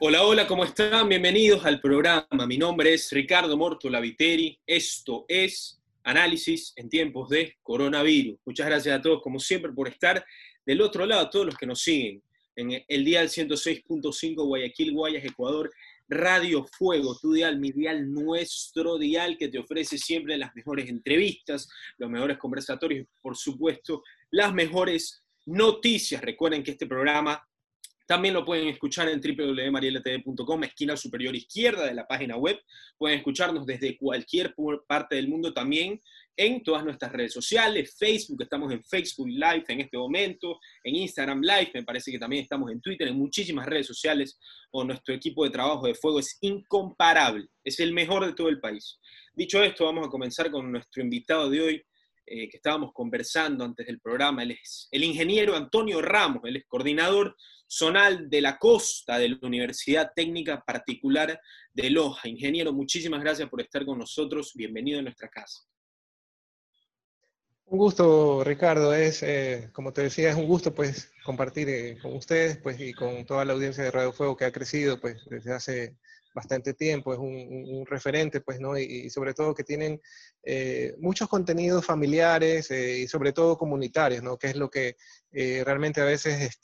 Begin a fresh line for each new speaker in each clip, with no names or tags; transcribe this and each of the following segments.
Hola, hola, ¿cómo están? Bienvenidos al programa. Mi nombre es Ricardo Mortola Viteri. Esto es Análisis en tiempos de coronavirus. Muchas gracias a todos, como siempre, por estar del otro lado, a todos los que nos siguen en el dial 106.5 Guayaquil, Guayas, Ecuador, Radio Fuego, tu dial, mi dial, nuestro dial, que te ofrece siempre las mejores entrevistas, los mejores conversatorios y, por supuesto, las mejores noticias. Recuerden que este programa también lo pueden escuchar en www.marielatv.com, esquina superior izquierda de la página web. Pueden escucharnos desde cualquier parte del mundo, también en todas nuestras redes sociales. Facebook, estamos en Facebook Live en este momento, en Instagram Live, me parece que también estamos en Twitter, en muchísimas redes sociales, o nuestro equipo de trabajo de Fuego es incomparable, es el mejor de todo el país. Dicho esto, vamos a comenzar con nuestro invitado de hoy, que estábamos conversando antes del programa. Él es el ingeniero Antonio Ramos, él es coordinador zonal de la costa de la Universidad Técnica Particular de Loja. Ingeniero, muchísimas gracias por estar con nosotros. Bienvenido a nuestra casa.
Un gusto, Ricardo. Como te decía, es un gusto pues compartir con ustedes pues, y con toda la audiencia de Radio Fuego, que ha crecido pues desde hace bastante tiempo. Es un referente pues, ¿no? Y sobre todo que tienen muchos contenidos familiares y sobre todo comunitarios, ¿no? Que es lo que realmente a veces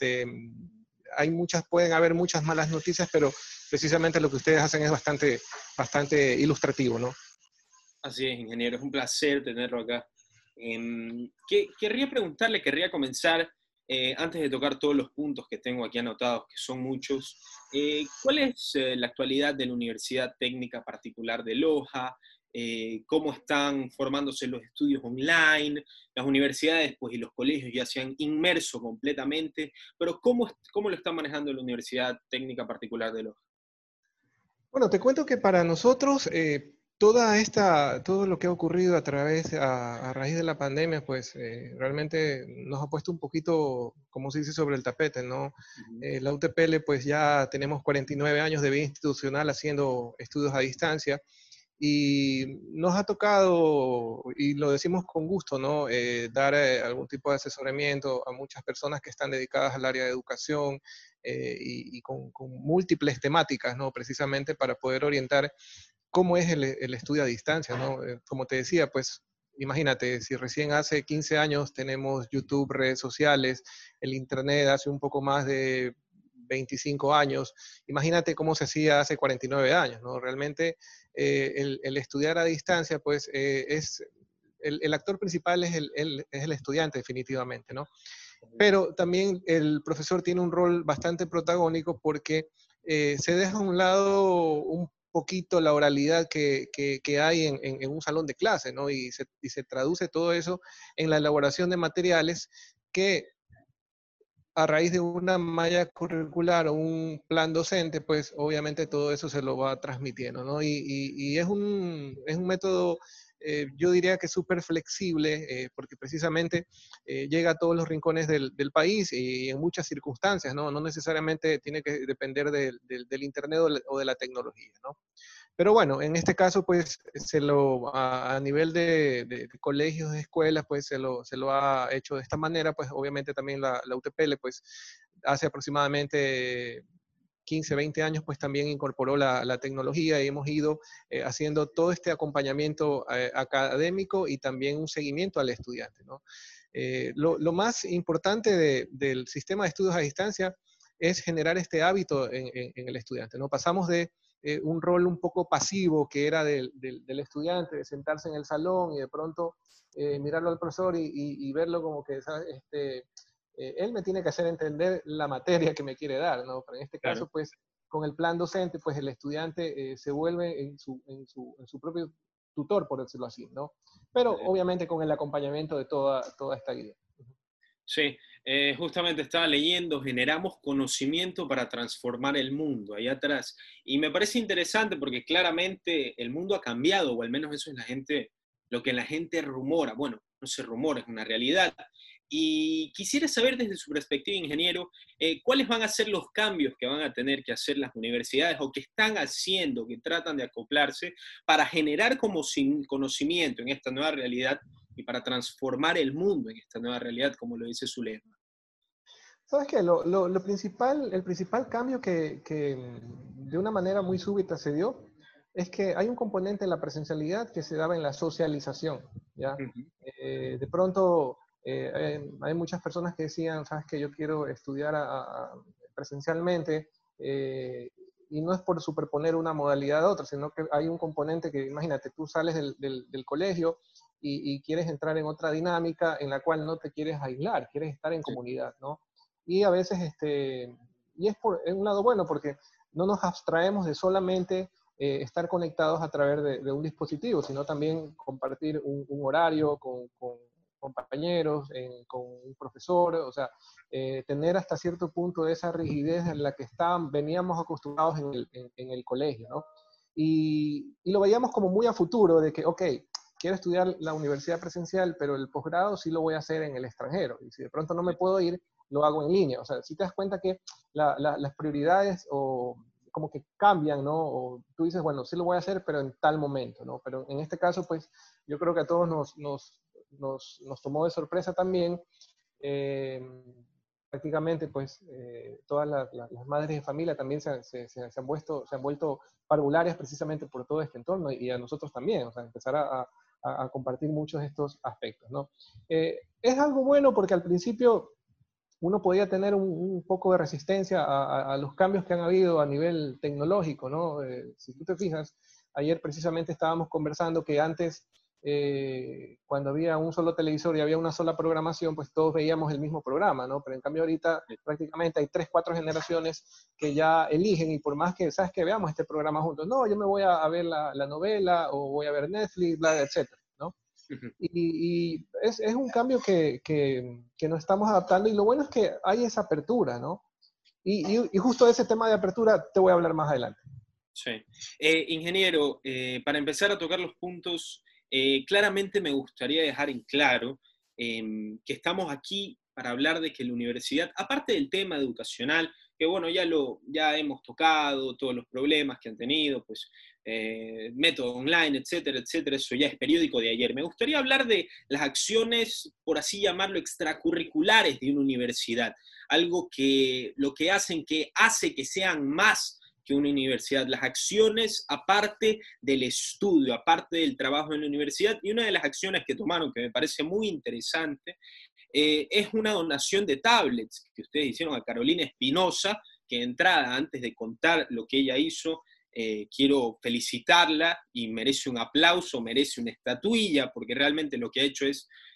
pueden haber muchas malas noticias, pero precisamente lo que ustedes hacen es bastante ilustrativo, ¿no?
Así es, ingeniero, es un placer tenerlo acá. Querría preguntarle, querría comenzar, antes de tocar todos los puntos que tengo aquí anotados, que son muchos, ¿cuál es la actualidad de la Universidad Técnica Particular de Loja? ¿Cómo están formándose los estudios online? Las universidades pues, y los colegios ya se han inmerso completamente, pero ¿cómo lo está manejando la Universidad Técnica Particular de Loja?
Bueno, te cuento que para nosotros todo lo que ha ocurrido a raíz de la pandemia, pues realmente nos ha puesto un poquito, como se dice, sobre el tapete, ¿no?
Ujú.
La UTPL, pues ya tenemos 49 años de vida institucional haciendo estudios a distancia. Y nos ha tocado, y lo decimos con gusto, ¿no? Dar algún tipo de asesoramiento a muchas personas que están dedicadas al área de educación y con múltiples temáticas, ¿no? Precisamente para poder orientar cómo es el estudio a distancia, ¿no? Como te decía, pues imagínate, si recién hace 15 años tenemos YouTube, redes sociales, el Internet hace un poco más de 25 años, imagínate cómo se hacía hace 49 años, ¿no? Realmente el estudiar a distancia, pues el actor principal es el estudiante definitivamente, ¿no? Pero también el profesor tiene un rol bastante protagónico porque se deja a un lado un poquito la oralidad que hay en un salón de clase, ¿no? Y se traduce todo eso en la elaboración de materiales que a raíz de una malla curricular o un plan docente, pues obviamente todo eso se lo va transmitiendo, ¿no? Y es un método, yo diría que súper flexible, porque precisamente llega a todos los rincones del país y en muchas circunstancias, ¿no? No necesariamente tiene que depender del Internet o de la tecnología, ¿no? Pero bueno, en este caso, pues, a nivel de colegios, de escuelas, pues, se lo ha hecho de esta manera, pues, obviamente también la UTPL, pues, hace aproximadamente 15, 20 años, pues, también incorporó la tecnología y hemos ido haciendo todo este acompañamiento académico y también un seguimiento al estudiante, ¿no? Lo más importante del sistema de estudios a distancia es generar este hábito en el estudiante, ¿no? Pasamos de un rol un poco pasivo que era del estudiante, de sentarse en el salón y de pronto mirarlo al profesor y verlo como que, ¿sabes? Él me tiene que hacer entender la materia que me quiere dar, ¿no? Pero en este
Claro.
caso, pues, con el plan docente, pues el estudiante se vuelve en su propio tutor, por decirlo así, ¿no? Pero obviamente con el acompañamiento de toda esta guía.
Sí, justamente estaba leyendo, generamos conocimiento para transformar el mundo, ahí atrás. Y me parece interesante porque claramente el mundo ha cambiado, o al menos eso es lo que la gente rumora. Bueno, no se rumora, es una realidad. Y quisiera saber desde su perspectiva, ingeniero, cuáles van a ser los cambios que van a tener que hacer las universidades o que están haciendo, que tratan de acoplarse para generar como conocimiento en esta nueva realidad y para transformar el mundo en esta nueva realidad, como lo dice su lema.
¿Sabes qué? El principal cambio que de una manera muy súbita se dio es que hay un componente en la presencialidad que se daba en la socialización, ¿ya?
Ujú.
De pronto, hay muchas personas que decían, sabes que yo quiero estudiar presencialmente, y no es por superponer una modalidad a otra, sino que hay un componente que, imagínate, tú sales del colegio y quieres entrar en otra dinámica en la cual no te quieres aislar, quieres estar en
Sí,
comunidad, ¿no? Y a veces, y es por en un lado bueno, porque no nos abstraemos de solamente estar conectados a través de un dispositivo, sino también compartir un horario con compañeros, con un profesor, o sea, tener hasta cierto punto esa rigidez en la que veníamos acostumbrados en el colegio, ¿no? Y lo veíamos como muy a futuro, de que, ok, quiero estudiar la universidad presencial, pero el posgrado sí lo voy a hacer en el extranjero. Y si de pronto no me puedo ir, lo hago en línea. O sea, si te das cuenta que las prioridades o como que cambian, ¿no? O tú dices, bueno, sí lo voy a hacer, pero en tal momento, ¿no? Pero en este caso, pues, yo creo que a todos nos tomó de sorpresa también. eh, Prácticamente, pues, todas las madres de familia también se han vuelto parvularias precisamente por todo este entorno y a nosotros también, o sea, empezar a compartir muchos de estos aspectos, ¿no? Es algo bueno porque al principio uno podía tener un poco de resistencia a los cambios que han habido a nivel tecnológico, ¿no? Si tú te fijas, ayer precisamente estábamos conversando que antes, cuando había un solo televisor y había una sola programación, pues todos veíamos el mismo programa, ¿no? Pero en cambio ahorita prácticamente hay 3, 4 generaciones que ya eligen y por más que, ¿sabes? Que veamos este programa juntos, no, yo me voy a ver la novela o voy a ver Netflix, bla, etcétera, ¿no?
ujú.
Y es un cambio que nos estamos adaptando y lo bueno es que hay esa apertura, ¿no? Y justo de ese tema de apertura te voy a hablar más adelante.
Sí. Ingeniero, para empezar a tocar los puntos, claramente me gustaría dejar en claro que estamos aquí para hablar de que la universidad, aparte del tema educacional, que bueno, ya hemos tocado todos los problemas que han tenido, pues método online, etcétera, etcétera, eso ya es periódico de ayer. Me gustaría hablar de las acciones, por así llamarlo, extracurriculares de una universidad, algo que lo que hace que sean más que una universidad, las acciones aparte del estudio, aparte del trabajo en la universidad, y una de las acciones que tomaron, que me parece muy interesante, es una donación de tablets que ustedes hicieron a Carolina Espinosa, que de entrada, antes de contar lo que ella hizo, quiero felicitarla y merece un aplauso, merece una estatuilla, porque realmente lo que ha hecho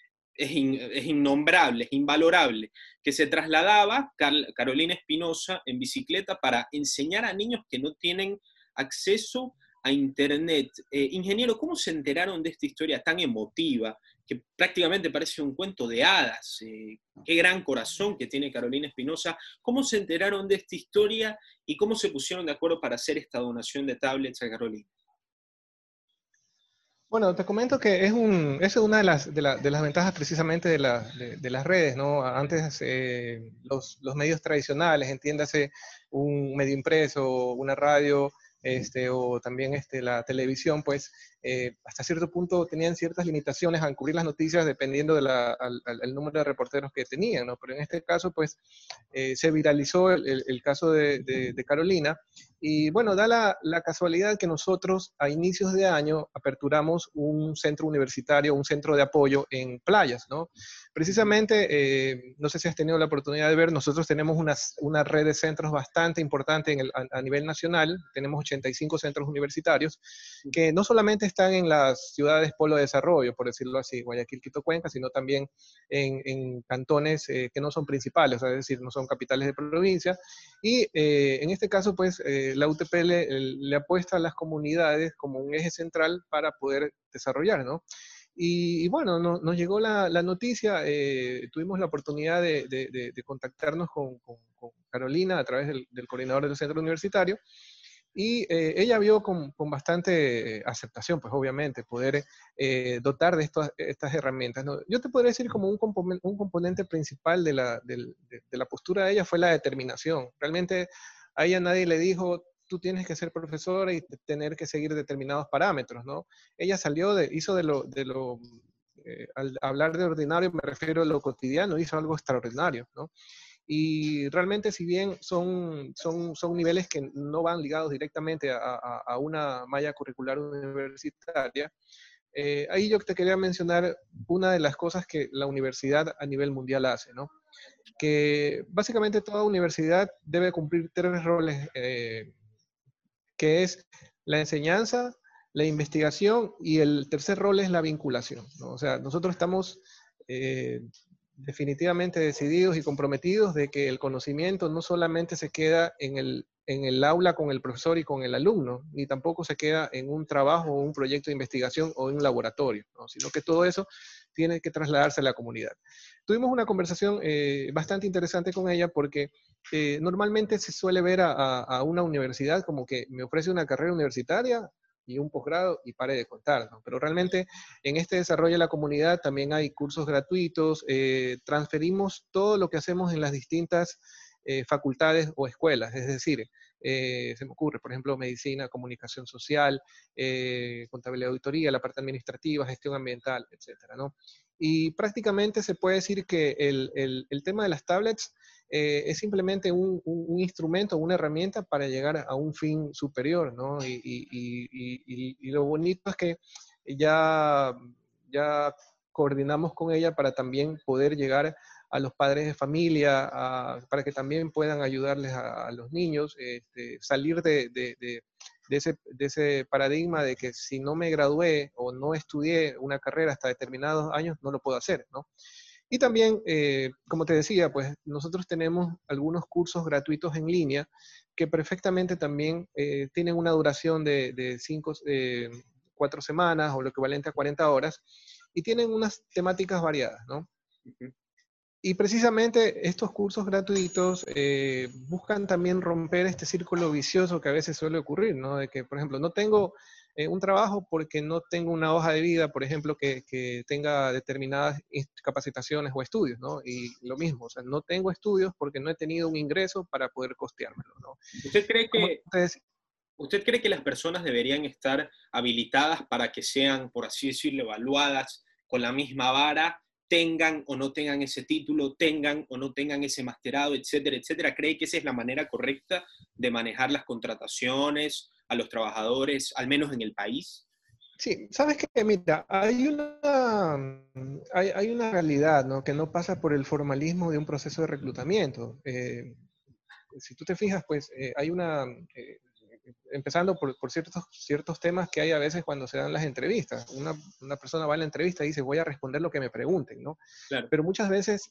es innombrable, es invalorable, que se trasladaba Carolina Espinosa en bicicleta para enseñar a niños que no tienen acceso a Internet. Ingeniero, ¿cómo se enteraron de esta historia tan emotiva, que prácticamente parece un cuento de hadas? Qué gran corazón que tiene Carolina Espinosa. ¿Cómo se enteraron de esta historia y cómo se pusieron de acuerdo para hacer esta donación de tablets a Carolina?
Bueno, te comento que esa es una de las ventajas precisamente de las redes, ¿no? Antes, los medios tradicionales, entiéndase un medio impreso, una radio, o también la televisión, pues hasta cierto punto tenían ciertas limitaciones a cubrir las noticias dependiendo al número de reporteros que tenían, ¿no? Pero en este caso, pues se viralizó el caso de Carolina. Y bueno, da la casualidad que nosotros a inicios de año aperturamos un centro universitario, un centro de apoyo en Playas, ¿no? Precisamente, no sé si has tenido la oportunidad de ver, nosotros tenemos una red de centros bastante importante a nivel nacional, tenemos 85 centros universitarios, que no solamente están en las ciudades polo de desarrollo, por decirlo así, Guayaquil, Quito, Cuenca, sino también en cantones que no son principales, es decir, no son capitales de provincia. Y en este caso, pues, la UTP le apuesta a las comunidades como un eje central para poder desarrollar, ¿no? Y bueno, nos llegó la noticia, tuvimos la oportunidad de contactarnos con Carolina a través del coordinador del centro universitario, y ella vio con bastante aceptación, pues obviamente, poder dotar de estas herramientas, ¿no? Yo te podría decir como un componente principal de la postura de ella fue la determinación. Realmente a ella nadie le dijo, tú tienes que ser profesora y tener que seguir determinados parámetros, ¿no? Ella hizo al hablar de ordinario me refiero a lo cotidiano, hizo algo extraordinario, ¿no? Y realmente, si bien son niveles que no van ligados directamente a una malla curricular universitaria, ahí yo te quería mencionar una de las cosas que la universidad a nivel mundial hace, ¿no? Que básicamente toda universidad debe cumplir tres roles, que es la enseñanza, la investigación y el tercer rol es la vinculación, ¿no? O sea, nosotros estamos eh, definitivamente decididos y comprometidos de que el conocimiento no solamente se queda en el aula con el profesor y con el alumno, ni tampoco se queda en un trabajo o un proyecto de investigación o en un laboratorio, ¿no? Sino que todo eso tiene que trasladarse a la comunidad. Tuvimos una conversación bastante interesante con ella porque normalmente se suele ver a una universidad como que me ofrece una carrera universitaria y un posgrado y pare de contar, ¿no? Pero realmente en este desarrollo de la comunidad también hay cursos gratuitos, transferimos todo lo que hacemos en las distintas facultades o escuelas, es decir, se me ocurre, por ejemplo, medicina, comunicación social, contabilidad, auditoría, la parte administrativa, gestión ambiental, etcétera, ¿no? Y prácticamente se puede decir que el tema de las tablets es simplemente un instrumento, una herramienta para llegar a un fin superior, ¿no? Y lo bonito es que ya, ya coordinamos con ella para también poder llegar a los padres de familia, para que también puedan ayudarles a los niños, salir de ese paradigma de que si no me gradué o no estudié una carrera hasta determinados años, no lo puedo hacer, ¿no? Y también, como te decía, pues nosotros tenemos algunos cursos gratuitos en línea que perfectamente también tienen una duración de 4 semanas o lo equivalente a 40 horas y tienen unas temáticas variadas, ¿no? Y precisamente estos cursos gratuitos buscan también romper este círculo vicioso que a veces suele ocurrir, ¿no? De que, por ejemplo, no tengo un trabajo porque no tengo una hoja de vida, por ejemplo, que tenga determinadas capacitaciones o estudios, ¿no? Y lo mismo, o sea, no tengo estudios porque no he tenido un ingreso para poder costeármelo, ¿no?
¿Usted cree
Como
que,
te decía,
usted cree que las personas deberían estar habilitadas para que sean, por así decirlo, evaluadas con la misma vara, tengan o no tengan ese título, tengan o no tengan ese masterado, etcétera, etcétera? ¿Cree que esa es la manera correcta de manejar las contrataciones a los trabajadores, al menos en el país?
sí, sabes que, mira, hay una realidad, ¿no? Que no pasa por el formalismo de un proceso de reclutamiento. Si tú te fijas, pues hay empezando por ciertos temas que hay a veces cuando se dan las entrevistas. Una persona va a la entrevista y dice, voy a responder lo que me pregunten, ¿no?
Claro.
Pero muchas veces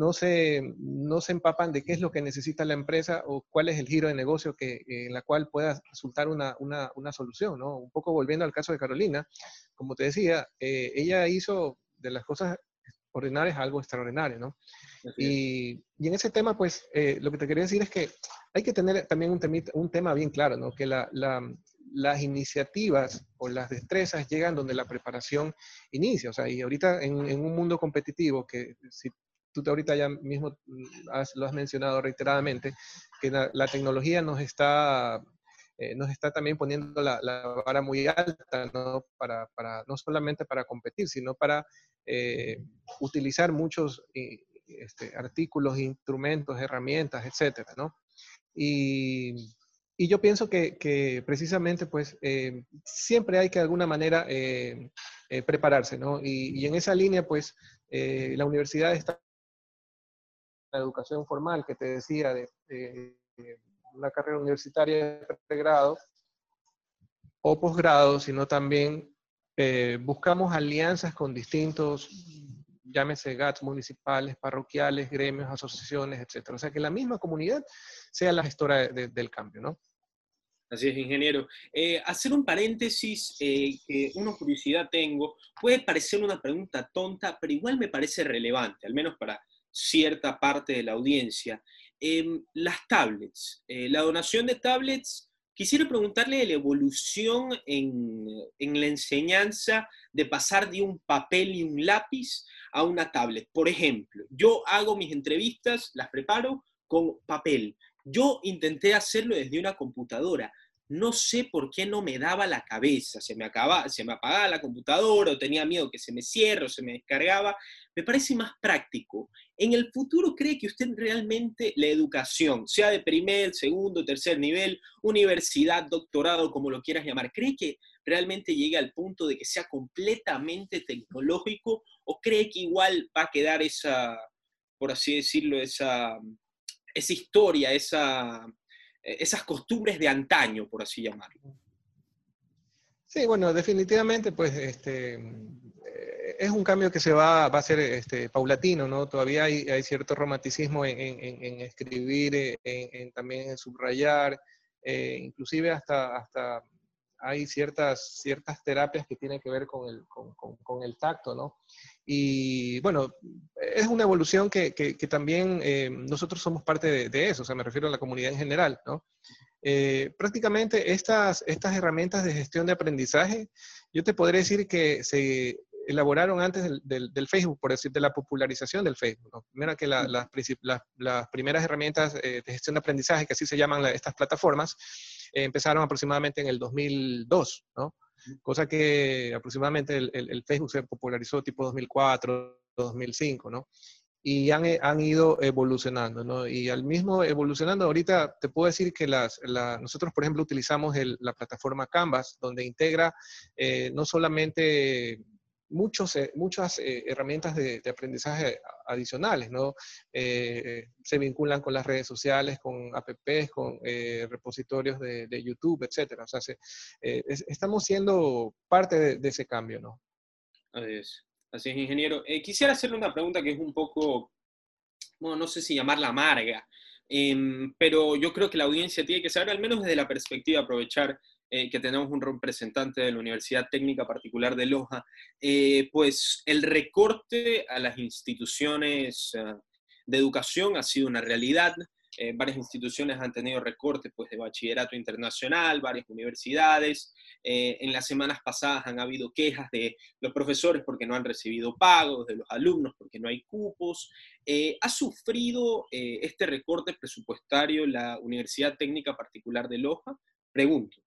no se empapan de qué es lo que necesita la empresa o cuál es el giro de negocio en la cual pueda resultar una solución, ¿no? Un poco volviendo al caso de Carolina, como te decía, ella hizo de las cosas ordinarias algo extraordinario, ¿no?
Así es.
Y en ese tema, pues, lo que te quería decir es que hay que tener también un tema bien claro, ¿no? Que las iniciativas o las destrezas llegan donde la preparación inicia. O sea, y ahorita en un mundo competitivo, que si tú ahorita ya mismo lo has mencionado reiteradamente, que la tecnología nos está también poniendo la vara muy alta, ¿no? No solamente para competir, sino para utilizar muchos artículos, instrumentos, herramientas, etcétera, ¿no? Y, y yo pienso que precisamente, pues, siempre hay que de alguna manera prepararse, ¿no? Y en esa línea, pues, la universidad está en la educación formal que te decía de una carrera universitaria de pregrado o posgrado, sino también buscamos alianzas con distintos, llámese GATS municipales, parroquiales, gremios, asociaciones, etcétera. O sea, que la misma comunidad sea la gestora del cambio, ¿no?
Así es, ingeniero. Hacer un paréntesis, que una curiosidad tengo, puede parecer una pregunta tonta, pero igual me parece relevante, al menos para cierta parte de la audiencia. Las tablets, la donación de tablets, quisiera preguntarle de la evolución en la enseñanza de pasar de un papel y un lápiz a una tablet. Por ejemplo, yo hago mis entrevistas, las preparo con papel. Yo intenté hacerlo desde una computadora. No sé por qué no me daba la cabeza. Se me apagaba la computadora o tenía miedo que se me cierre o se me descargaba. Me parece más práctico. ¿En el futuro cree que usted realmente la educación, sea de primer, segundo, tercer nivel, universidad, doctorado, como lo quieras llamar, cree que realmente llegue al punto de que sea completamente tecnológico o cree que igual va a quedar esa, por así decirlo, esa historia, esas costumbres de antaño, por así llamarlo?
Sí, bueno, definitivamente, pues, es un cambio que va a ser paulatino, ¿no? Todavía hay cierto romanticismo en escribir, también en subrayar, inclusive hasta hay ciertas terapias que tienen que ver con el tacto, ¿no? Y bueno, es una evolución que también nosotros somos parte de eso, o sea, me refiero a la comunidad en general, ¿no? Prácticamente estas herramientas de gestión de aprendizaje, yo te podría decir que se elaboraron antes del Facebook, por decir, de la popularización del Facebook, ¿no? Mira que las primeras herramientas de gestión de aprendizaje, que así se llaman estas plataformas, empezaron aproximadamente en el 2002, ¿no? Cosa que aproximadamente el Facebook se popularizó tipo 2004, 2005, ¿no? Y han ido evolucionando, ¿no? Y al mismo evolucionando, ahorita te puedo decir que nosotros, por ejemplo, utilizamos la plataforma Canvas, donde integra no solamente muchas herramientas de aprendizaje adicionales, ¿no? Se vinculan con las redes sociales, con apps, con repositorios de YouTube, etcétera. O sea, estamos siendo parte de ese cambio, ¿no?
Así es, ingeniero. Quisiera hacerle una pregunta que es un poco, bueno, no sé si llamarla amarga, pero yo creo que la audiencia tiene que saber, al menos desde la perspectiva, aprovechar que tenemos un representante de la Universidad Técnica Particular de Loja, pues el recorte a las instituciones de educación ha sido una realidad. Varias instituciones han tenido recortes pues, de bachillerato internacional, varias universidades. En las semanas pasadas han habido quejas de los profesores porque no han recibido pagos, de los alumnos porque no hay cupos. ¿Ha sufrido este recorte presupuestario la Universidad Técnica Particular de Loja? Pregunto.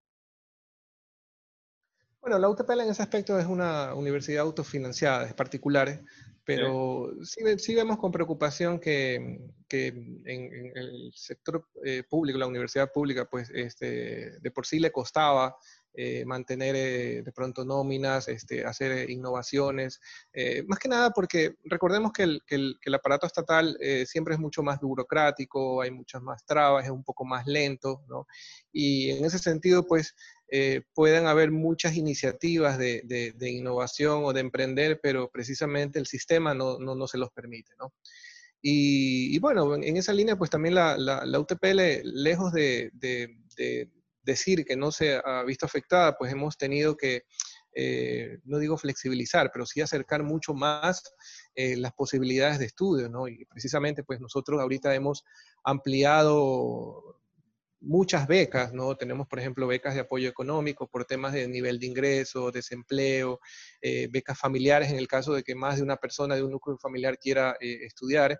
Bueno, la UTPL en ese aspecto es una universidad autofinanciada, es particular,
¿Sí?
pero sí vemos con preocupación que en el sector público, la universidad pública, pues de por sí le costaba mantener de pronto nóminas, hacer innovaciones, más que nada porque recordemos que el aparato estatal siempre es mucho más burocrático, hay muchas más trabas, es un poco más lento, ¿no? Y en ese sentido, pues pueden haber muchas iniciativas de innovación o de emprender, pero precisamente el sistema no se los permite, ¿no? Y bueno, en esa línea, pues también la UTPL, lejos de decir que no se ha visto afectada, pues hemos tenido que, no digo flexibilizar, pero sí acercar mucho más las posibilidades de estudio, ¿no? Y precisamente, pues nosotros ahorita hemos ampliado muchas becas, ¿no? Tenemos, por ejemplo, becas de apoyo económico por temas de nivel de ingreso, desempleo, becas familiares en el caso de que más de una persona de un núcleo familiar quiera estudiar,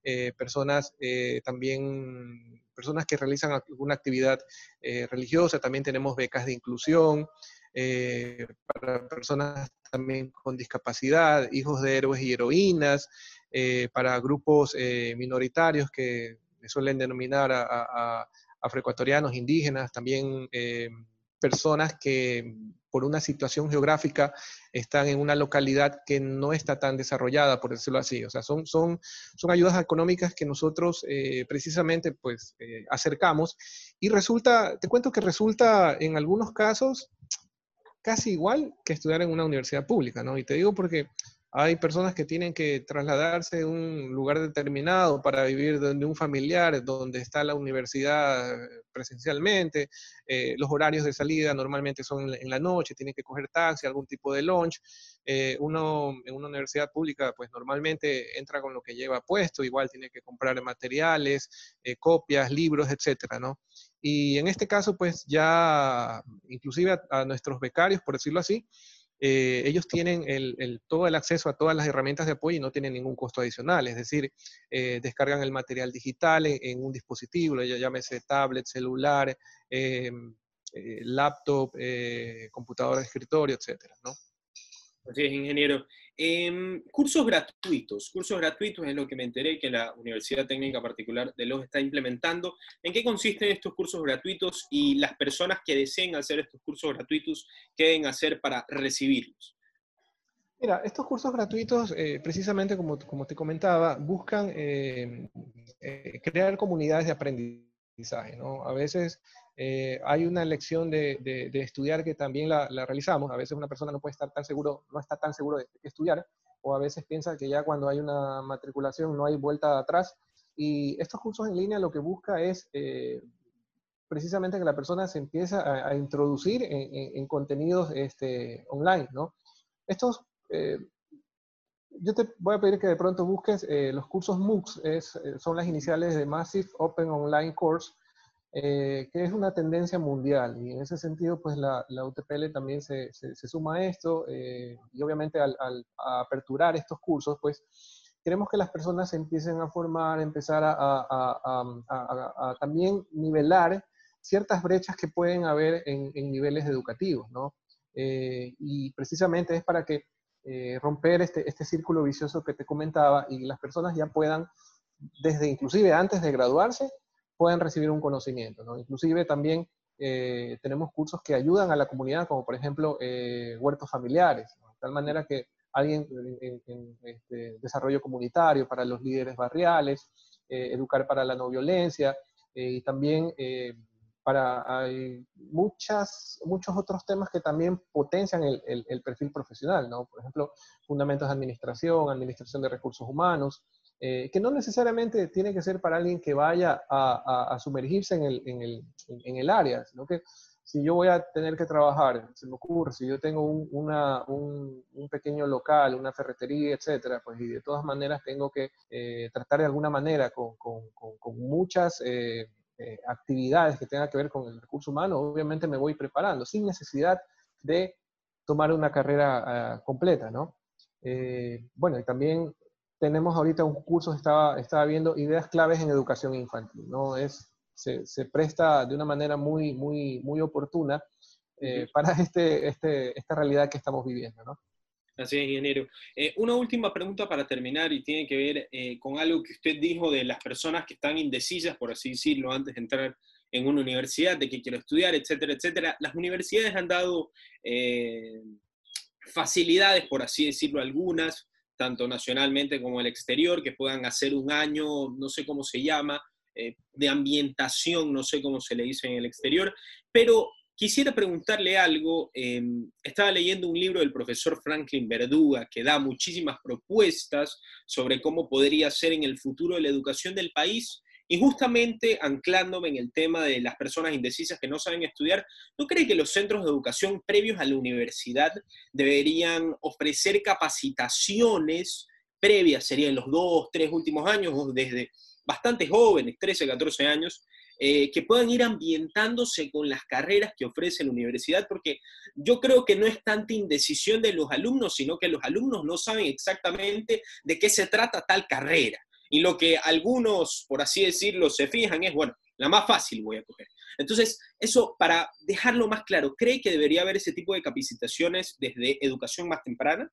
personas que realizan alguna actividad religiosa, también tenemos becas de inclusión, para personas también con discapacidad, hijos de héroes y heroínas, para grupos minoritarios que suelen denominar a afroecuatorianos, indígenas, también personas que por una situación geográfica están en una localidad que no está tan desarrollada, por decirlo así. O sea, son ayudas económicas que nosotros precisamente pues acercamos y te cuento que resulta en algunos casos casi igual que estudiar en una universidad pública, ¿no? Y te digo porque hay personas que tienen que trasladarse a un lugar determinado para vivir donde un familiar, donde está la universidad presencialmente. Los horarios de salida normalmente son en la noche, tienen que coger taxi, algún tipo de lunch. Uno en una universidad pública, pues normalmente entra con lo que lleva puesto, igual tiene que comprar materiales, copias, libros, etcétera, ¿no? Y en este caso, pues ya, inclusive a nuestros becarios, por decirlo así, ellos tienen todo el acceso a todas las herramientas de apoyo y no tienen ningún costo adicional. Es decir, descargan el material digital en un dispositivo, ya llámese tablet, celular, laptop, computadora de escritorio, etcétera, ¿no?
Así es, ingeniero. Cursos gratuitos es lo que me enteré que la Universidad Técnica Particular de Los está implementando. ¿En qué consisten estos cursos gratuitos y las personas que deseen hacer estos cursos gratuitos, qué deben hacer para recibirlos?
Mira, estos cursos gratuitos, precisamente como te comentaba, buscan crear comunidades de aprendizaje, ¿no? A veces hay una lección de estudiar que también la realizamos. A veces una persona no puede estar tan seguro, no está tan seguro de qué estudiar, o a veces piensa que ya cuando hay una matriculación no hay vuelta atrás. Y estos cursos en línea lo que busca es precisamente que la persona se empiece a introducir en contenidos online, ¿no? Estos eh, yo te voy a pedir que de pronto busques los cursos MOOCs, son las iniciales de Massive Open Online Course, que es una tendencia mundial. Y en ese sentido, pues la UTPL también se suma a esto. Y obviamente a aperturar estos cursos, pues queremos que las personas se empiecen a formar, empezar a también nivelar ciertas brechas que pueden haber en niveles educativos, ¿no? Y precisamente es para que romper este círculo vicioso que te comentaba y las personas ya puedan, desde inclusive antes de graduarse, puedan recibir un conocimiento, ¿no? Inclusive también tenemos cursos que ayudan a la comunidad, como por ejemplo huertos familiares, ¿no? De tal manera que alguien en desarrollo comunitario para los líderes barriales, educar para la no violencia, y también hay muchos otros temas que también potencian el perfil profesional, ¿no? Por ejemplo, fundamentos de administración, administración de recursos humanos, que no necesariamente tiene que ser para alguien que vaya a sumergirse en el área, sino que si yo voy a tener que trabajar, se me ocurre, si yo tengo un pequeño local, una ferretería, etcétera, pues y de todas maneras tengo que tratar de alguna manera con muchas actividades que tengan que ver con el recurso humano, obviamente me voy preparando, sin necesidad de tomar una carrera completa, ¿no? Bueno, y también tenemos ahorita un curso, estaba viendo ideas claves en educación infantil, ¿no? Se presta de una manera muy oportuna para esta realidad que estamos viviendo, ¿no?
Así es, ingeniero. Una última pregunta para terminar y tiene que ver con algo que usted dijo de las personas que están indecisas, por así decirlo, antes de entrar en una universidad, de que quiero estudiar, etcétera, etcétera. Las universidades han dado facilidades, por así decirlo, algunas, tanto nacionalmente como el exterior, que puedan hacer un año, no sé cómo se llama, de ambientación, no sé cómo se le dice en el exterior, pero quisiera preguntarle algo. Estaba leyendo un libro del profesor Franklin Verduga que da muchísimas propuestas sobre cómo podría ser en el futuro de la educación del país. Y justamente anclándome en el tema de las personas indecisas que no saben estudiar, ¿no cree que los centros de educación previos a la universidad deberían ofrecer capacitaciones previas, serían los 2, 3 últimos años, o desde bastante jóvenes, 13, 14 años, que puedan ir ambientándose con las carreras que ofrece la universidad? Porque yo creo que no es tanta indecisión de los alumnos, sino que los alumnos no saben exactamente de qué se trata tal carrera. Y lo que algunos, por así decirlo, se fijan es, bueno, la más fácil voy a coger. Entonces, eso, para dejarlo más claro, ¿cree que debería haber ese tipo de capacitaciones desde educación más temprana?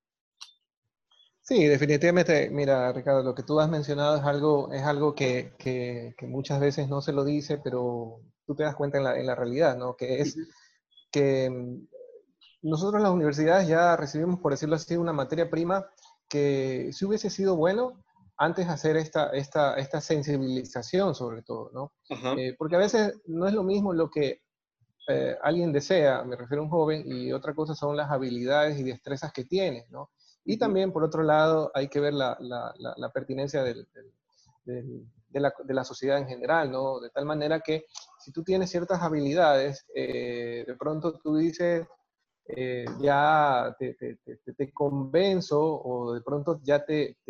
Sí, definitivamente, mira, Ricardo, lo que tú has mencionado es algo que muchas veces no se lo dice, pero tú te das cuenta en la realidad, ¿no? Que es que nosotros en las universidades ya recibimos, por decirlo así, una materia prima que si hubiese sido bueno antes hacer esta sensibilización sobre todo, ¿no?
Ajá.
Porque a veces no es lo mismo lo que alguien desea, me refiero a un joven, y otra cosa son las habilidades y destrezas que tiene, ¿no? Y también, por otro lado, hay que ver la pertinencia de la sociedad en general, ¿no? De tal manera que si tú tienes ciertas habilidades, de pronto tú dices, ya te convenzo o de pronto ya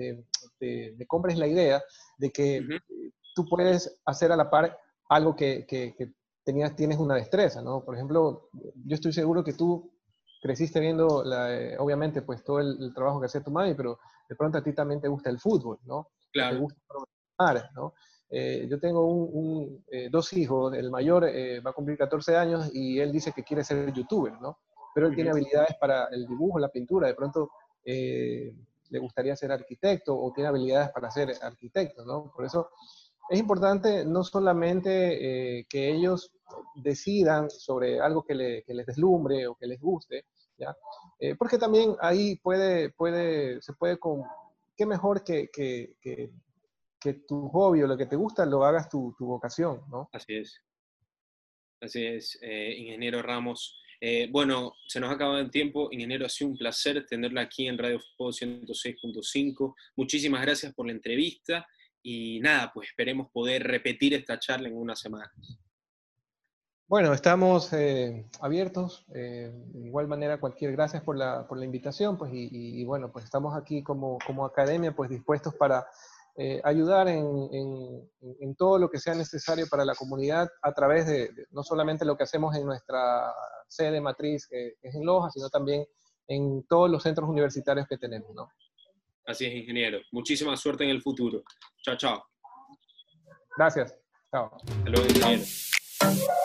te compres la idea de que
Ujú.
tú puedes hacer a la par algo que tienes una destreza, ¿no? Por ejemplo, yo estoy seguro que tú creciste viendo, obviamente, pues todo el trabajo que hacía tu mami, pero de pronto a ti también te gusta el fútbol, ¿no? O te
Claro.
gusta programar, ¿no? Yo tengo dos hijos, el mayor va a cumplir 14 años y él dice que quiere ser youtuber, ¿no? Pero él tiene
Ujú.
habilidades para el dibujo, la pintura, de pronto le gustaría ser arquitecto o tiene habilidades para ser arquitecto, ¿no? Por eso es importante no solamente que ellos decidan sobre algo que les deslumbre o que les guste, ¿ya? Porque también ahí se puede qué mejor que tu hobby o lo que te gusta lo hagas tu vocación, ¿no?
Así es, ingeniero Ramos. Bueno, se nos ha acabado el tiempo. Ingeniero, ha sido un placer tenerla aquí en Radio Fuego 106.5. Muchísimas gracias por la entrevista y nada, pues esperemos poder repetir esta charla en unas semanas.
Bueno, estamos abiertos. De igual manera, gracias por la invitación, pues, y bueno, pues estamos aquí como academia, pues dispuestos para ayudar en todo lo que sea necesario para la comunidad a través de no solamente lo que hacemos en nuestra sede matriz, que es en Loja, sino también en todos los centros universitarios que tenemos, ¿no?
Así es, ingeniero. Muchísima suerte en el futuro. Chao, chao.
Gracias. Chao.
Hasta luego, ingeniero.